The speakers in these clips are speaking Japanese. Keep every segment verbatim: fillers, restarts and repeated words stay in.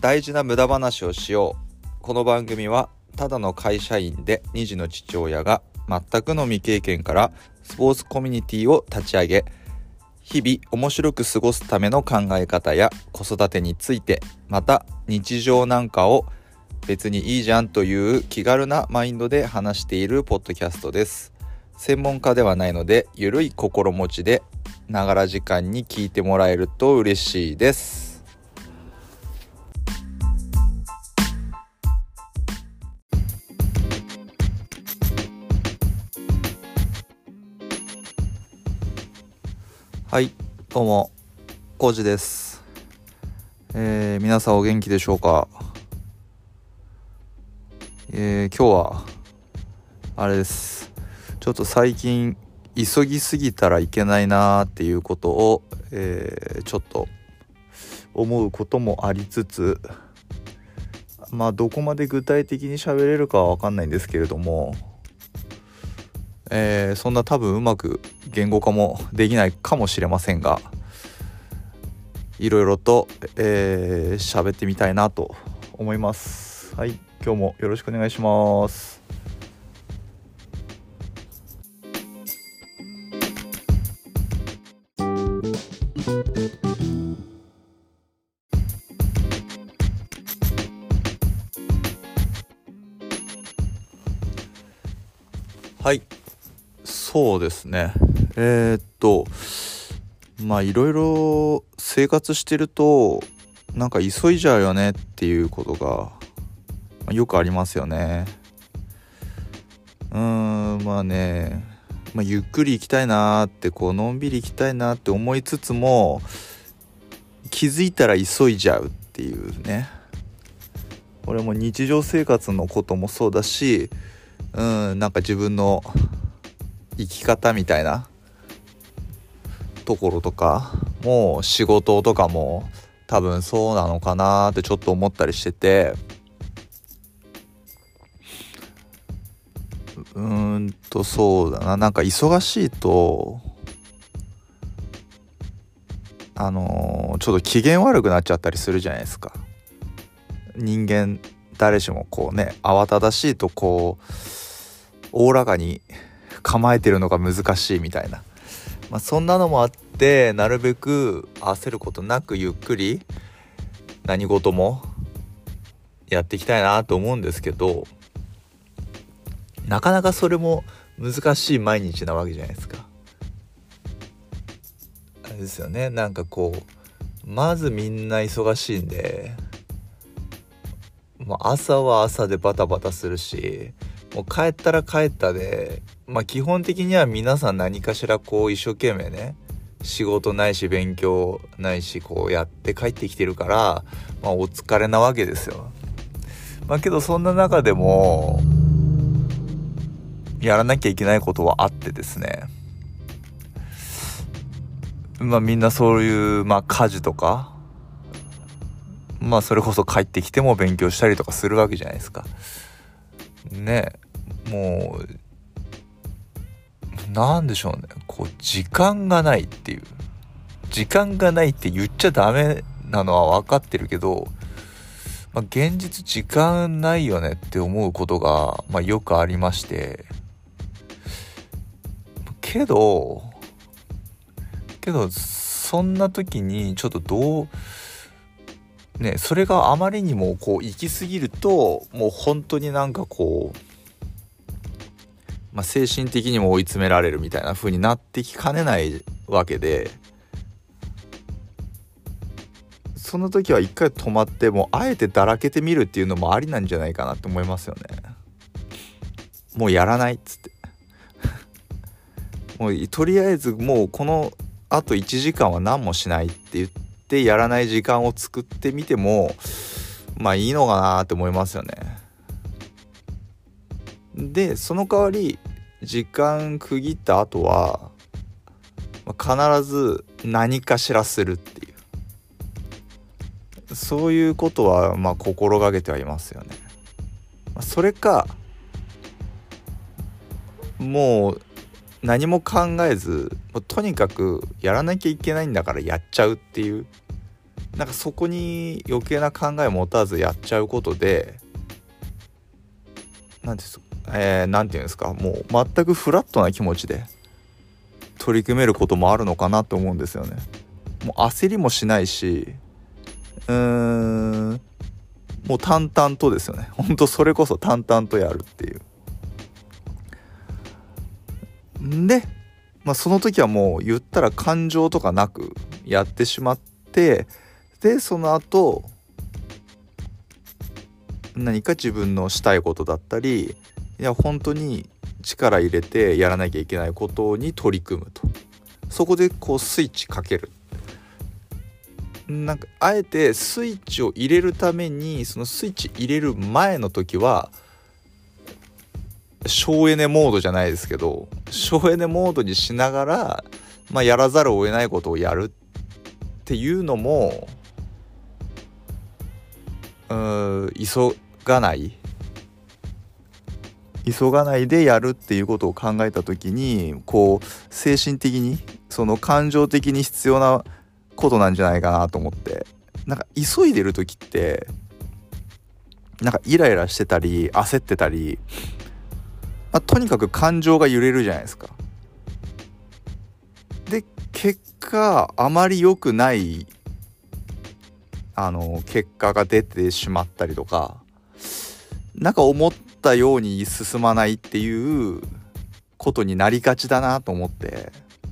大事な無駄話をしよう。この番組はただの会社員でに児の父親が全くの未経験からスポーツコミュニティを立ち上げ、日々面白く過ごすための考え方や子育てについて、また日常なんかを別にいいじゃんという気軽なマインドで話しているポッドキャストです。専門家ではないので、ゆるい心持ちでながら時間に聞いてもらえると嬉しいです。はい、どうもコウジです。えー、皆さんお元気でしょうか。えー、今日はあれです。ちょっと最近急ぎすぎたらいけないなーっていうことを、えー、ちょっと思うこともありつつ、まあどこまで具体的に喋れるかは分かんないんですけれども、えー、そんな多分うまく言語化もできないかもしれませんが、いろいろとえー、喋ってみたいなと思います。はい、今日もよろしくお願いします。はい、そうですね。えー、っとまあいろいろ生活してるとなんか急いじゃうよねっていうことがよくありますよね。うーんまあね、まあ、ゆっくり行きたいなーってこうのんびり行きたいなって思いつつも、気づいたら急いじゃうっていうね。これも日常生活のこともそうだし、うんなんか自分の生き方みたいなところとかもう仕事とかも多分そうなのかなってちょっと思ったりしてて、うーんとそうだな、なんか忙しいとあのー、ちょっと機嫌悪くなっちゃったりするじゃないですか。人間誰しもこうね、慌ただしいとこうおおらかに構えてるのが難しいみたいな、まあ、そんなのもあって、なるべく焦ることなくゆっくり何事もやっていきたいなと思うんですけど、なかなかそれも難しい毎日なわけじゃないですか。あれですよね、なんかこうまずみんな忙しいんで、もう朝は朝でバタバタするし、もう帰ったら帰ったで、まあ基本的には皆さん何かしらこう一生懸命ね、仕事ないし勉強ないしこうやって帰ってきてるから、まあお疲れなわけですよ。まあけどそんな中でもやらなきゃいけないことはあってですね、まあみんなそういうまあ家事とか、まあそれこそ帰ってきても勉強したりとかするわけじゃないですかね。もうなんでしょうね、こう時間がないっていう、時間がないって言っちゃダメなのは分かってるけど、まあ、現実時間ないよねって思うことが、まあ、よくありまして、けどけどそんな時にちょっとどうね、それがあまりにもこう行き過ぎると、もう本当になんかこう、まあ、精神的にも追い詰められるみたいな風になってきかねないわけで、その時は一回止まって、もうあえてだらけてみるっていうのもありなんじゃないかなって思いますよね。もうやらないっつってもうとりあえずもうこのあといちじかんは何もしないって言ってやらない時間を作ってみてもまあいいのかなって思いますよね。でその代わり時間区切った後は必ず何かしらするっていう、そういうことはまあ心がけてはいますよね。それかもう何も考えず、とにかくやらなきゃいけないんだからやっちゃうっていう、 なんかそこに余計な考えを持たずやっちゃうことで、なんていうんですか、えー、なんていうんですか、もう全くフラットな気持ちで取り組めることもあるのかなと思うんですよね。もう焦りもしないし、うーんもう淡々とですよね。ほんとそれこそ淡々とやるっていう。で、まあ、その時はもう言ったら感情とかなくやってしまって、でその後何か自分のしたいことだったり、いや本当に力入れてやらなきゃいけないことに取り組むと、そこでこうスイッチかける。なんかあえてスイッチを入れるために、そのスイッチ入れる前の時は省エネモードじゃないですけど、省エネモードにしながら、まあ、やらざるを得ないことをやるっていうのも、うーん急がない急がないでやるっていうことを考えた時に、こう精神的にその感情的に必要なことなんじゃないかなと思って。なんか急いでる時ってなんかイライラしてたり焦ってたり、まあ、とにかく感情が揺れるじゃないですか。で結果あまり良くないあの結果が出てしまったりとか、なんか思ったように進まないっていうことになりがちだなと思って、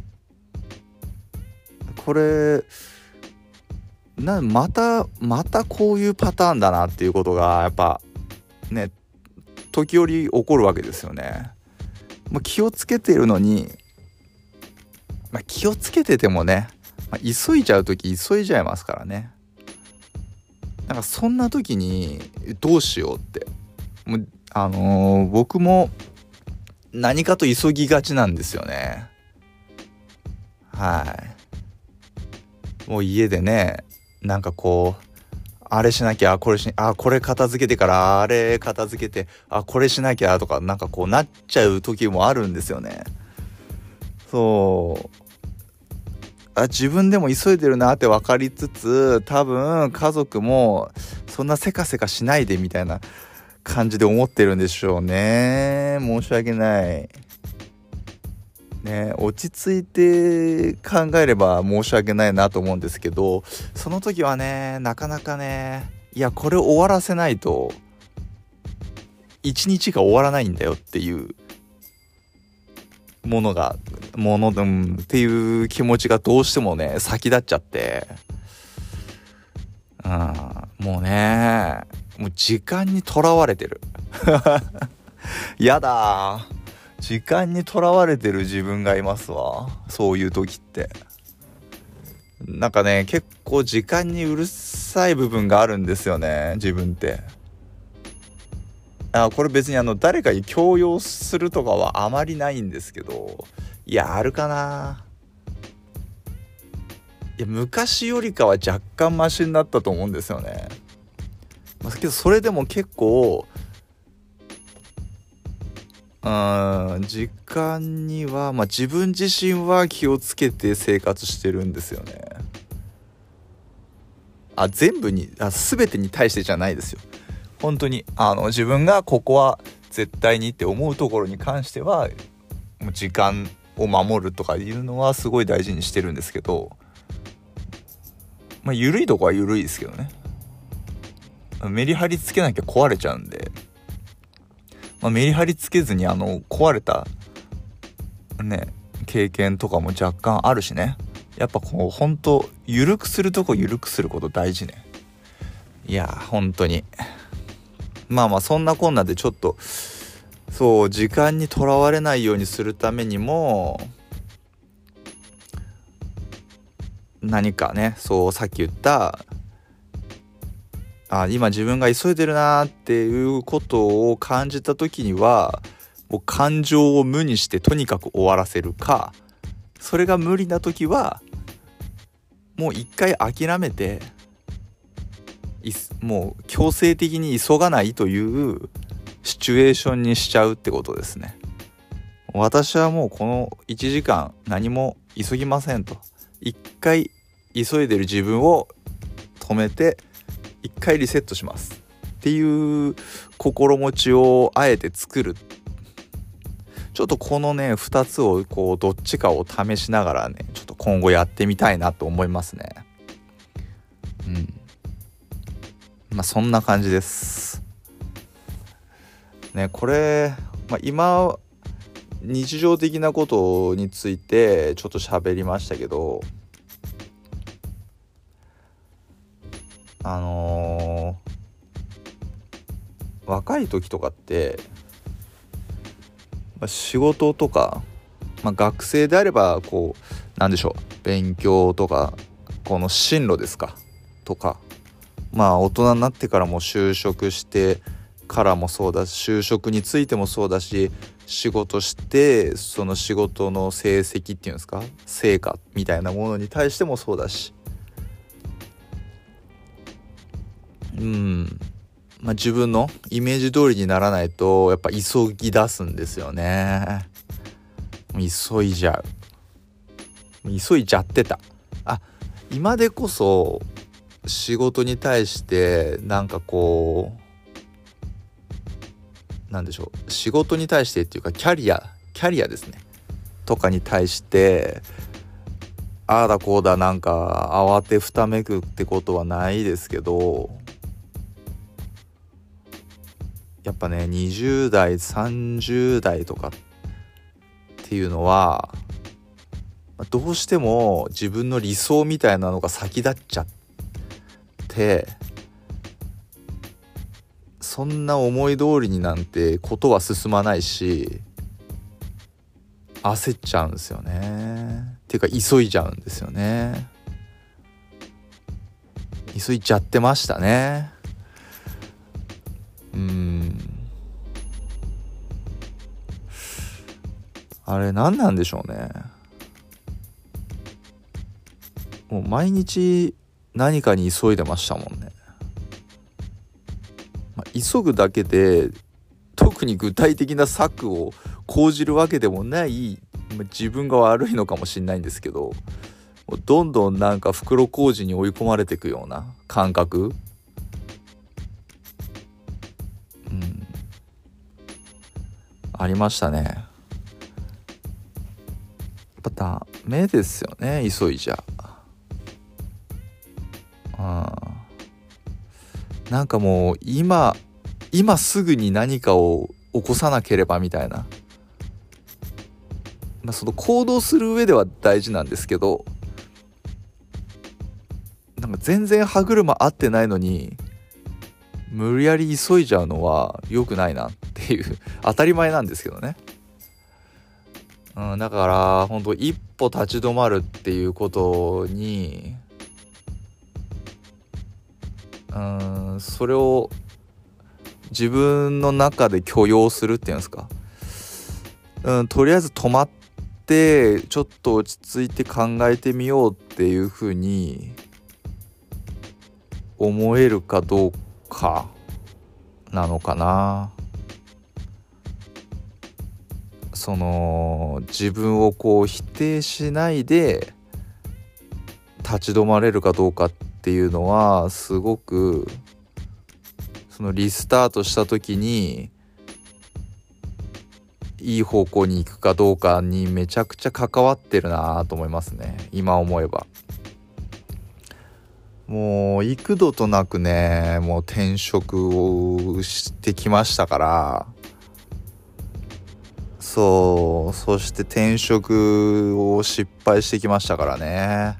これなまたまたこういうパターンだなっていうことがやっぱね時折起こるわけですよね。まあ、気をつけてるのに、まあ、気をつけててもね、まあ、急いじゃう時急いじゃいますからね。なんかそんな時にどうしようって、もうあのー、僕も何かと急ぎがちなんですよね。はい。もう家でね、なんかこうあれしなきゃこれしあこれ片付けてからあれ片付けてあこれしなきゃとか、なんかこうなっちゃう時もあるんですよね。そうあ自分でも急いでるなって分かりつつ、多分家族もそんなせかせかしないでみたいな感じで思ってるんでしょうね。申し訳ないね。落ち着いて考えれば申し訳ないなと思うんですけど、その時はねなかなかね、いやこれ終わらせないと一日が終わらないんだよっていうものがもの、うん、っていう気持ちがどうしてもね先立っちゃって、うん、もうねもう時間にとらわれてるやだ時間にとらわれてる自分がいますわ。そういう時ってなんかね結構時間にうるさい部分があるんですよね、自分って。あこれ別にあの誰かに強要するとかはあまりないんですけど、いやあるかな。いや昔よりかは若干マシになったと思うんですよね。まあ、けどそれでも結構うーん時間には、まあ、自分自身は気をつけて生活してるんですよね。あ全部にあ全てに対してじゃないですよ。本当にあの自分がここは絶対にって思うところに関してはもう時間を守るとかいうのはすごい大事にしてるんですけど、まあ緩いとこは緩いですけどね。メリハリつけなきゃ壊れちゃうんで、まあ、メリハリつけずにあの壊れたね経験とかも若干あるしね。やっぱこう本当緩くするとこ緩くすること大事ね。いや本当にまあまあそんなこんなでちょっとそう時間にとらわれないようにするためにも何かね、そうさっき言ったあ今自分が急いでるなっていうことを感じた時にはもう感情を無にしてとにかく終わらせるか、それが無理な時はもう一回諦めてもう強制的に急がないというシチュエーションにしちゃうってことですね。私はもうこのいちじかん何も急ぎませんと、一回急いでる自分を止めて一回リセットしますっていう心持ちをあえて作る。ちょっとこのねふたつをこうどっちかを試しながらねちょっと今後やってみたいなと思いますね。うんまあそんな感じですね。これ、まあ、今日常的なことについてちょっと喋りましたけど、あのー、若い時とかって、まあ、仕事とか、まあ、学生であればこうなんでしょう勉強とかこの進路ですかとか、まあ大人になってからも就職してからもそうだし、就職についてもそうだし、仕事してその仕事の成績っていうんですか成果みたいなものに対してもそうだし、うんまあ自分のイメージ通りにならないとやっぱ急ぎ出すんですよね。急いじゃう急いじゃってたあ今でこそ仕事に対してなんかこうなんでしょう仕事に対してっていうかキャリアキャリアですねとかに対してああだこうだなんか慌てふためくってことはないですけど、やっぱねにじゅう代さんじゅう代とかっていうのはどうしても自分の理想みたいなのが先立っちゃってそんな思い通りになんてことは進まないし焦っちゃうんですよね。っていうか急いじゃうんですよね。急いじゃってましたね。うーんあれ何なんでしょうね。もう毎日何かに急いでましたもんね。まあ、急ぐだけで特に具体的な策を講じるわけでもない、まあ、自分が悪いのかもしれないんですけど、もうどんどんなんか袋小路に追い込まれていくような感覚、うん、ありましたね。やっぱダメですよね急いじゃ。なんかもう今今すぐに何かを起こさなければみたいな、まあ、その行動する上では大事なんですけど、なんか全然歯車合ってないのに無理やり急いじゃうのは良くないなっていう当たり前なんですけどね、うん、だから本当一歩立ち止まるっていうことにうんそれを自分の中で許容するっていうんですか、うん、とりあえず止まってちょっと落ち着いて考えてみようっていうふうに思えるかどうかなのかな。その自分をこう否定しないで立ち止まれるかどうかっていうのはすごくそのリスタートした時にいい方向に行くかどうかにめちゃくちゃ関わってるなと思いますね今思えば。もう幾度となくねもう転職をしてきましたから、そうそして転職を失敗してきましたからね。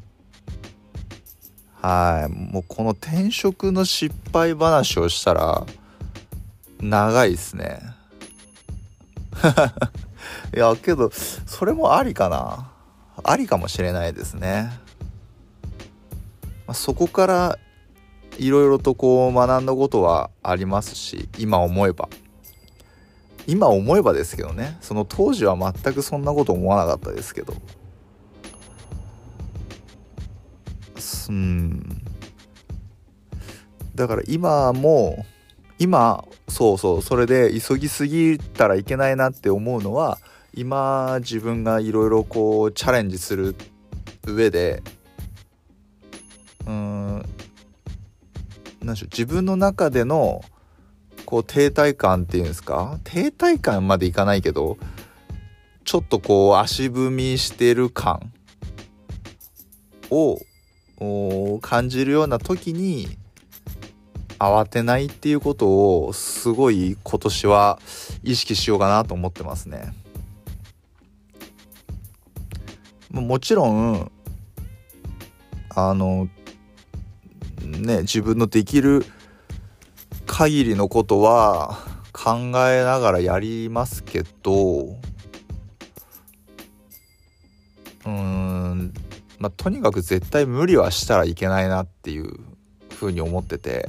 はいもうこの転職の失敗話をしたら長いですねいやけどそれもありかなありかもしれないですね、まあ、そこからいろいろとこう学んだことはありますし、今思えば今思えばですけどね、その当時は全くそんなこと思わなかったですけど、うんだから今も今そうそうそれで急ぎすぎたらいけないなって思うのは今自分がいろいろこうチャレンジする上でうーんなんでしょう、自分の中でのこう停滞感っていうんですか、停滞感までいかないけど、ちょっとこう足踏みしてる感を感じるような時に慌てないっていうことをすごい今年は意識しようかなと思ってますね。もちろんあのね自分のできる限りのことは考えながらやりますけど、うーんまあとにかく絶対無理はしたらいけないなっていうふうに思ってて、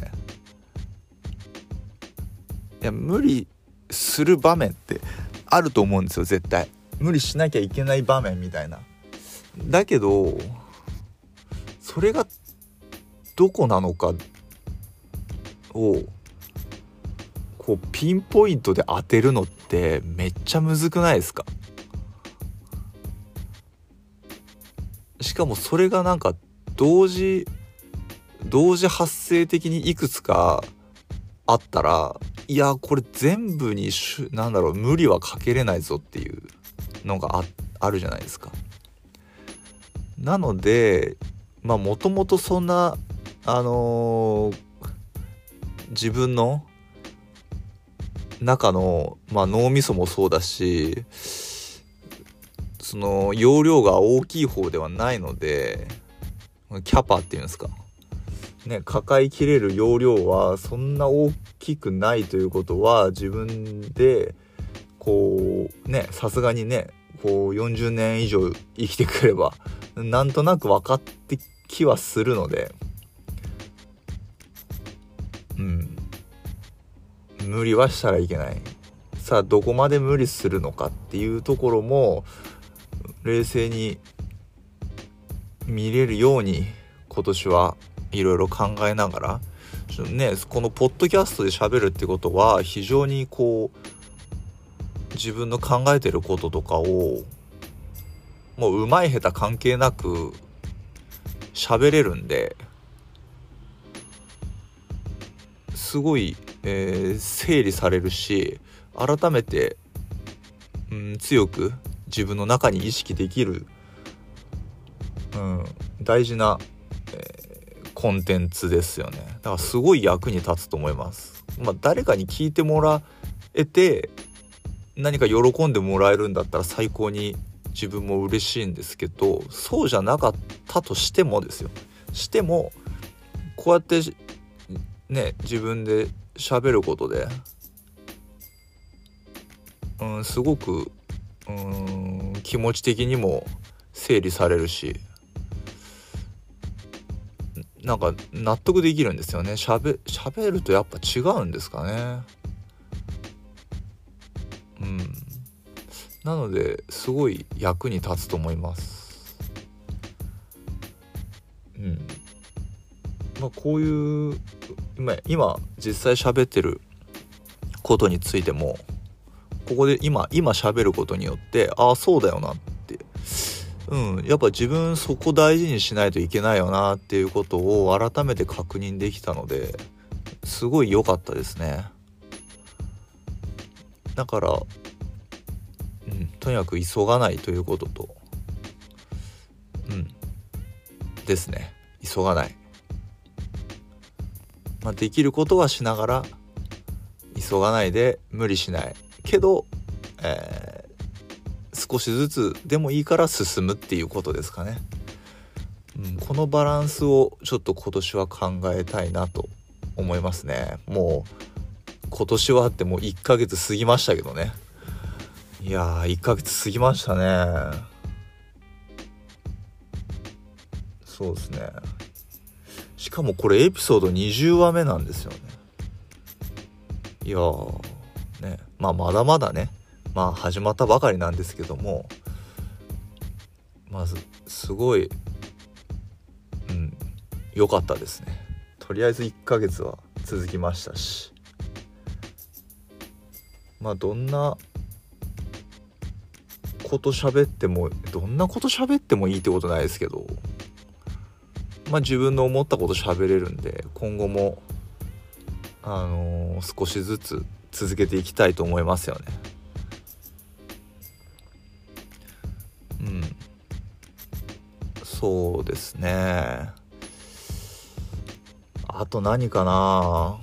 いや無理する場面ってあると思うんですよ。絶対無理しなきゃいけない場面みたいな。だけどそれがどこなのかをこうピンポイントで当てるのってめっちゃむずくないですか？しかもそれがなんか同時同時発生的にいくつかあったら、いやこれ全部にしなんだろう無理はかけれないぞっていうのが あ, あるじゃないですか。なのでまあもともとそんなあのー、自分の中の、まあ、脳みそもそうだし、その容量が大きい方ではないので、キャパっていうんですかね、抱えきれる容量はそんな大きくないということは自分でこうね、さすがにねこうよんじゅうねん以上生きてくればなんとなく分かってきはするので、うん無理はしたらいけない。さあどこまで無理するのかっていうところも冷静に見れるように今年はいろいろ考えながらね、このポッドキャストで喋るってことは非常にこう自分の考えてることとかをもう上手い下手関係なく喋れるんで、すごい、えー、整理されるし、改めて、うん、強く自分の中に意識できる、うん、大事な、えー、コンテンツですよね。だからすごい役に立つと思います。まあ誰かに聞いてもらえて何か喜んでもらえるんだったら最高に自分も嬉しいんですけど、そうじゃなかったとしてもですよしてもこうやってね自分で喋ることで、うん、すごく、うん、気持ち的にも整理されるし、なんか納得できるんですよね。しゃべ、しゃべるとやっぱ違うんですかね。うんなのですごい役に立つと思います。うんまあこういう今今実際喋ってることについてもここで今今喋ることによって、ああそうだよなって、うんやっぱ自分そこ大事にしないといけないよなっていうことを改めて確認できたので、すごい良かったですね。だから、うん、とにかく急がないということと、うんですね、急がない、まあ、できることはしながら急がないで無理しないけど、えー、少しずつでもいいから進むっていうことですかね。うん、このバランスをちょっと今年は考えたいなと思いますね。もう今年はってもういっかげつ過ぎましたけどね。いやーいっかげつ過ぎましたね。そうですね。しかもこれエピソードにじゅうわめなんですよね。いやーね、まあまだまだね、まあ始まったばかりなんですけども、まずすごいうん良かったですね。とりあえずいっかげつは続きましたし、まあどんなこと喋ってもどんなこと喋ってもいいってことないですけど、まあ自分の思ったこと喋れるんで、今後もあのー、少しずつ続けていきたいと思いますよね。うん、そうですね。あと何かな。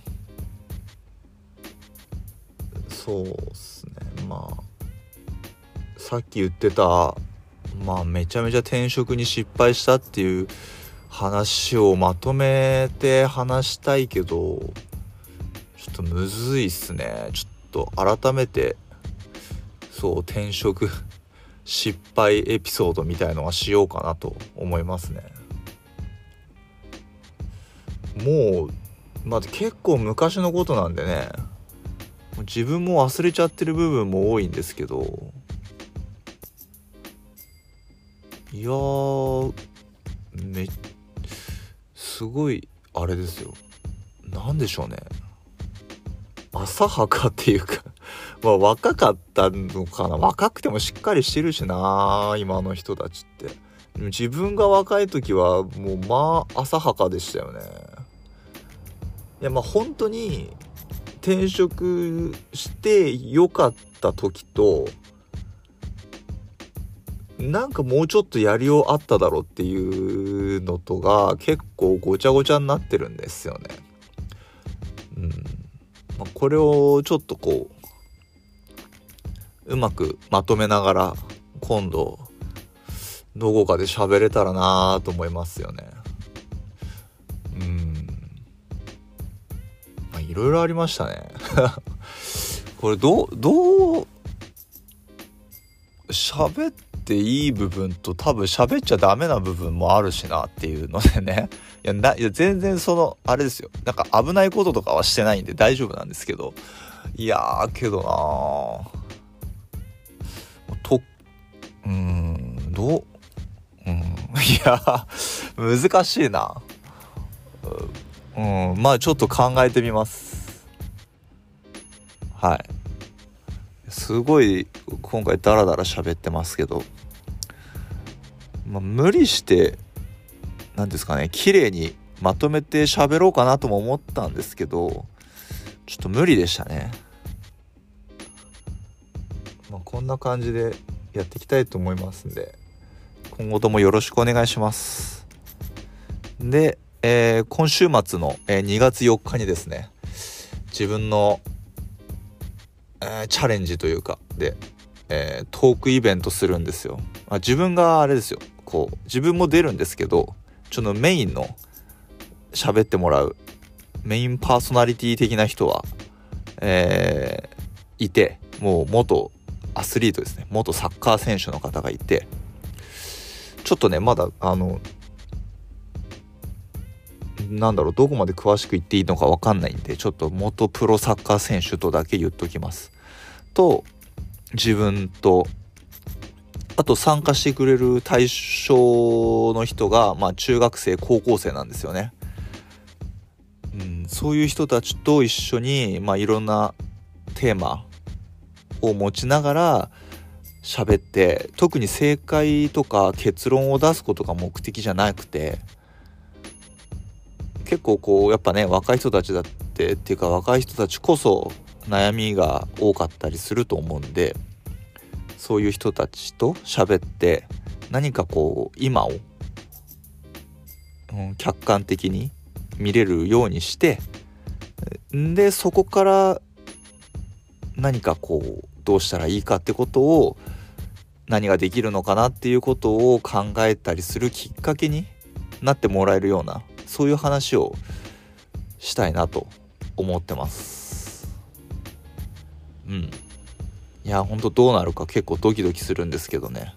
そうですね。まあさっき言ってた、まあめちゃめちゃ転職に失敗したっていう話をまとめて話したいけど、ちょっとむずいっすね。ちょっと改めてそう転職失敗エピソードみたいのはしようかなと思いますね。もうまあ結構昔のことなんでね、自分も忘れちゃってる部分も多いんですけど、いやーめすごいあれですよ。なんでしょうね、浅はかっていうかまあ若かったのかな。若くてもしっかりしてるしな、今の人たちって。自分が若い時はもうまあ浅はかでしたよね。いやまあ本当に転職して良かった時と、なんかもうちょっとやりようあっただろうっていうのとが結構ごちゃごちゃになってるんですよね。うん、まあ、これをちょっとこううまくまとめながら今度どこかで喋れたらなと思いますよね。うん、まあいろいろありましたねこれどうどう喋っていい部分と多分喋っちゃダメな部分もあるしなっていうのでね。いやないや全然そのあれですよ、なんか危ないこととかはしてないんで大丈夫なんですけど、いやーけどなーとうーんどううんいや難しいな。うん、まあちょっと考えてみます。はい、すごい今回ダラダラ喋ってますけど、まあ、無理してなんですかね、綺麗にまとめて喋ろうかなとも思ったんですけど、ちょっと無理でしたね。まあ、こんな感じでやっていきたいと思いますんで、今後ともよろしくお願いします。で、えー、今週末の、えー、にがつよっかにですね、自分の、えー、チャレンジというかで、えー、トークイベントするんですよ。まあ、自分があれですよ、こう自分も出るんですけど、ちょっとメインの喋ってもらうメインパーソナリティ的な人は、えー、いて、もう元アスリートですね、元サッカー選手の方がいて、ちょっとねまだあのなんだろうどこまで詳しく言っていいのか分かんないんで、ちょっと元プロサッカー選手とだけ言っときますと、自分とあと参加してくれる対象の人が、まあ、中学生高校生なんですよね。うん、そういう人たちと一緒に、まあ、いろんなテーマを持ちながら喋って、特に正解とか結論を出すことが目的じゃなくて、結構こうやっぱね若い人たちだってっていうか若い人たちこそ悩みが多かったりすると思うんで、そういう人たちと喋って何かこう今を、うん、客観的に見れるようにして、でそこから何かこうどうしたらいいかってことを、何ができるのかなっていうことを考えたりするきっかけになってもらえるような、そういう話をしたいなと思ってます。うん、いやほんとどうなるか結構ドキドキするんですけどね。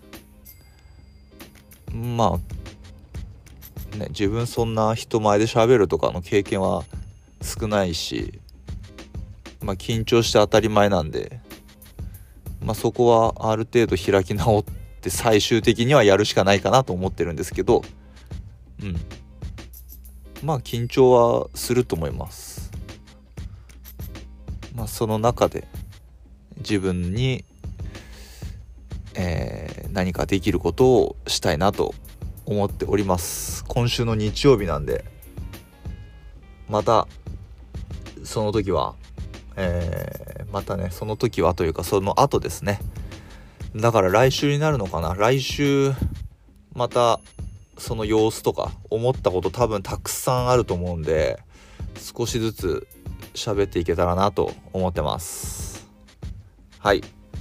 まあね、自分そんな人前で喋るとかの経験は少ないし、まあ緊張して当たり前なんで、まあそこはある程度開き直って最終的にはやるしかないかなと思ってるんですけど、うんまあ緊張はすると思います。まあその中で自分に、えー、何かできることをしたいなと思っております。今週の日曜日なんで、またその時は、えー、またねその時はというかその後ですね。だから来週になるのかな。来週またその様子とか思ったこと多分たくさんあると思うんで、少しずつ喋っていけたらなと思ってます。はい、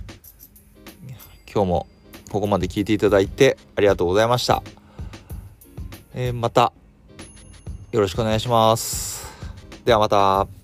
今日もここまで聞いていただいてありがとうございました。えー、またよろしくお願いします。ではまた。